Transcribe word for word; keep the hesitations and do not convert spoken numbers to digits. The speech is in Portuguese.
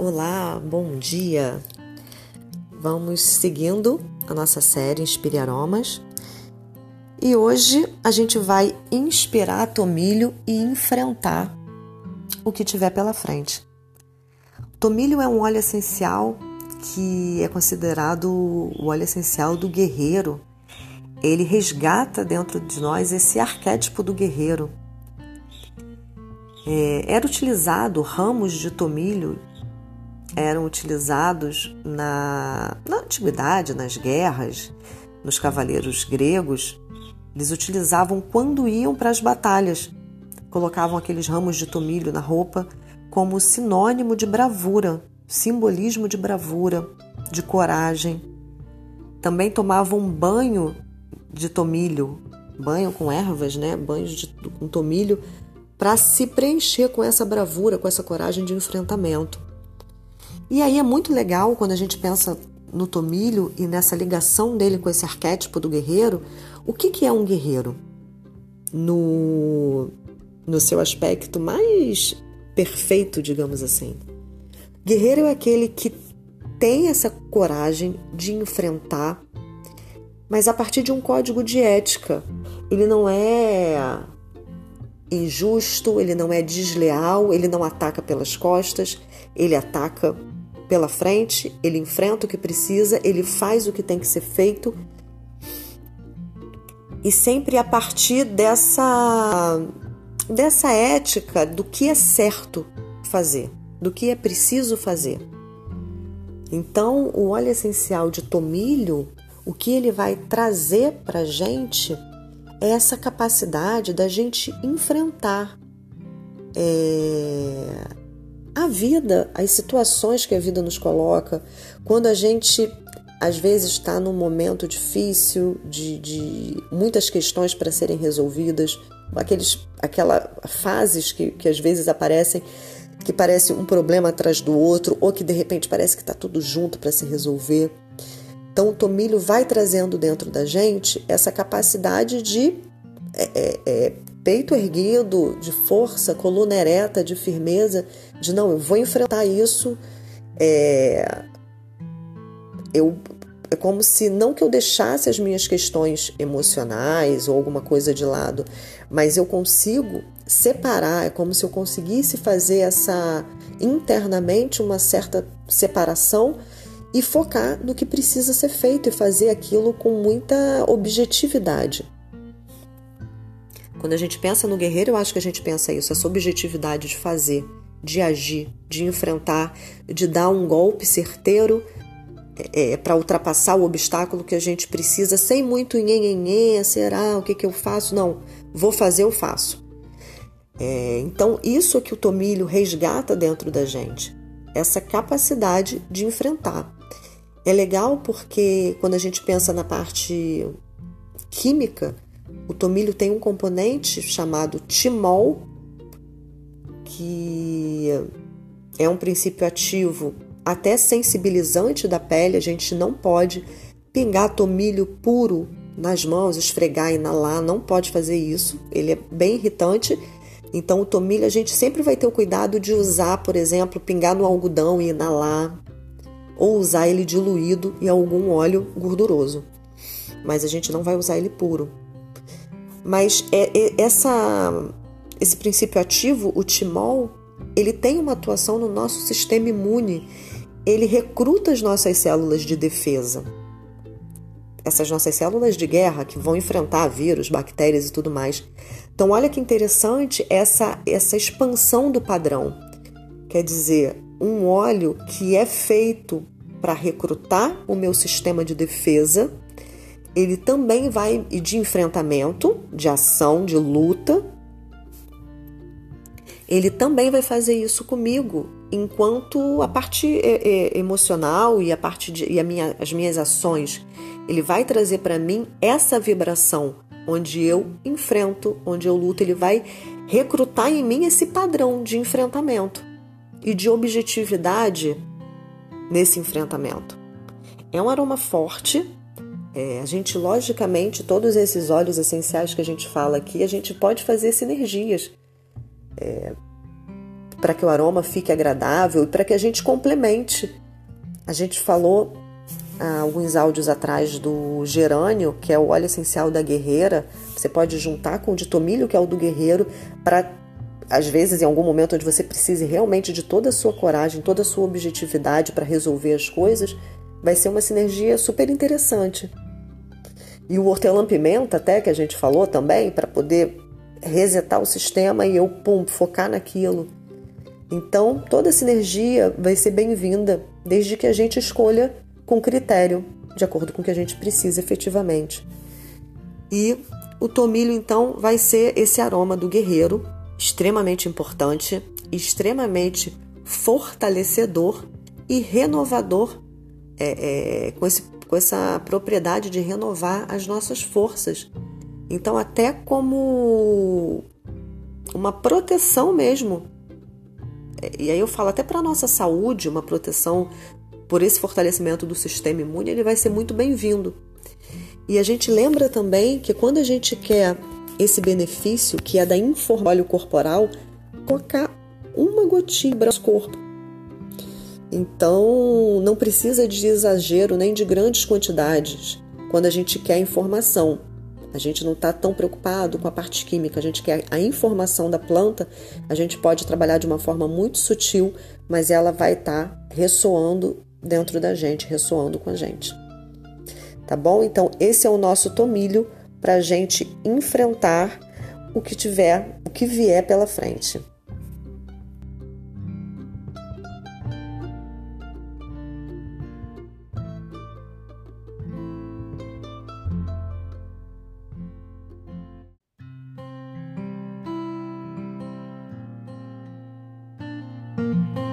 Olá, bom dia! Vamos seguindo a nossa série Inspire Aromas e hoje a gente vai inspirar tomilho e enfrentar o que tiver pela frente. O tomilho é um óleo essencial que é considerado o óleo essencial do guerreiro. Ele resgata dentro de nós esse arquétipo do guerreiro. É, era utilizado, ramos de tomilho eram utilizados na, na antiguidade, nas guerras, nos cavaleiros gregos. Eles utilizavam quando iam para as batalhas. Colocavam aqueles ramos de tomilho na roupa como sinônimo de bravura, simbolismo de bravura, de coragem. Também tomavam banho de tomilho, banho com ervas, né? Banhos de, com tomilho, para se preencher com essa bravura, com essa coragem de enfrentamento. E aí é muito legal quando a gente pensa no tomilho e nessa ligação dele com esse arquétipo do guerreiro. O que, que é um guerreiro? No, no seu aspecto mais perfeito, digamos assim. Guerreiro é aquele que tem essa coragem de enfrentar, mas a partir de um código de ética. Ele não é injusto, ele não é desleal, ele não ataca pelas costas, ele ataca pela frente, ele enfrenta o que precisa, ele faz o que tem que ser feito, e sempre a partir dessa, dessa ética do que é certo fazer, do que é preciso fazer. Então, o óleo essencial de tomilho, o que ele vai trazer para a gente é essa capacidade da gente enfrentar é, a vida, as situações que a vida nos coloca. Quando a gente, às vezes, está num momento difícil, de, de muitas questões para serem resolvidas, aqueles, aquelas fases que, que às vezes aparecem, que parece um problema atrás do outro, ou que de repente parece que está tudo junto para se resolver. Então, o tomilho vai trazendo dentro da gente essa capacidade de é, é, é, peito erguido, de força, coluna ereta, de firmeza, de não, eu vou enfrentar isso. É, eu, é como se não que eu deixasse as minhas questões emocionais ou alguma coisa de lado, mas eu consigo separar, é como se eu conseguisse fazer essa internamente uma certa separação e focar no que precisa ser feito e fazer aquilo com muita objetividade. Quando a gente pensa no guerreiro, eu acho que a gente pensa isso, essa objetividade de fazer, de agir, de enfrentar, de dar um golpe certeiro é, para ultrapassar o obstáculo que a gente precisa, sem muito nhenhenhê, será, o que, que eu faço? Não, vou fazer, eu faço. É, então, isso é que o tomilho resgata dentro da gente, essa capacidade de enfrentar. É legal porque quando a gente pensa na parte química, o tomilho tem um componente chamado timol, que é um princípio ativo até sensibilizante da pele. A gente não pode pingar tomilho puro nas mãos, esfregar, inalar, não pode fazer isso, ele é bem irritante. Então o tomilho a gente sempre vai ter o cuidado de usar, por exemplo, pingar no algodão e inalar, ou usar ele diluído em algum óleo gorduroso, mas a gente não vai usar ele puro. Mas é, é, essa, esse princípio ativo, o timol, ele tem uma atuação no nosso sistema imune, ele recruta as nossas células de defesa, essas nossas células de guerra que vão enfrentar vírus, bactérias e tudo mais. Então olha que interessante essa, essa expansão do padrão, quer dizer, um óleo que é feito para recrutar o meu sistema de defesa, ele também vai, de enfrentamento, de ação, de luta, ele também vai fazer isso comigo, enquanto a parte emocional e, a parte de, e a minha, as minhas ações, ele vai trazer para mim essa vibração, onde eu enfrento, onde eu luto, ele vai recrutar em mim esse padrão de enfrentamento e de objetividade nesse enfrentamento. É um aroma forte, é, a gente, logicamente, todos esses óleos essenciais que a gente fala aqui, a gente pode fazer sinergias. É, para que o aroma fique agradável e para que a gente complemente. A gente falou há alguns áudios atrás do gerânio, que é o óleo essencial da guerreira. Você pode juntar com o de tomilho, que é o do guerreiro, para, às vezes, em algum momento onde você precise realmente de toda a sua coragem, toda a sua objetividade para resolver as coisas, vai ser uma sinergia super interessante. E o hortelã-pimenta, até, que a gente falou também, para poder resetar o sistema e eu, pum, focar naquilo. Então, toda sinergia vai ser bem-vinda, desde que a gente escolha com critério, de acordo com o que a gente precisa efetivamente. E o tomilho, então, vai ser esse aroma do guerreiro, extremamente importante, extremamente fortalecedor e renovador, é, é, com, esse, com essa propriedade de renovar as nossas forças. Então, até como uma proteção mesmo, e aí eu falo até para a nossa saúde, uma proteção por esse fortalecimento do sistema imune, ele vai ser muito bem-vindo. E a gente lembra também que quando a gente quer esse benefício, que é da informóleo corporal, colocar uma gotinha no nosso corpo. Então, não precisa de exagero nem de grandes quantidades quando a gente quer informação. A gente não está tão preocupado com a parte química, a gente quer a informação da planta, a gente pode trabalhar de uma forma muito sutil, mas ela vai estar tá ressoando dentro da gente, ressoando com a gente. Tá bom? Então, esse é o nosso tomilho para a gente enfrentar o que tiver, o que vier pela frente. Música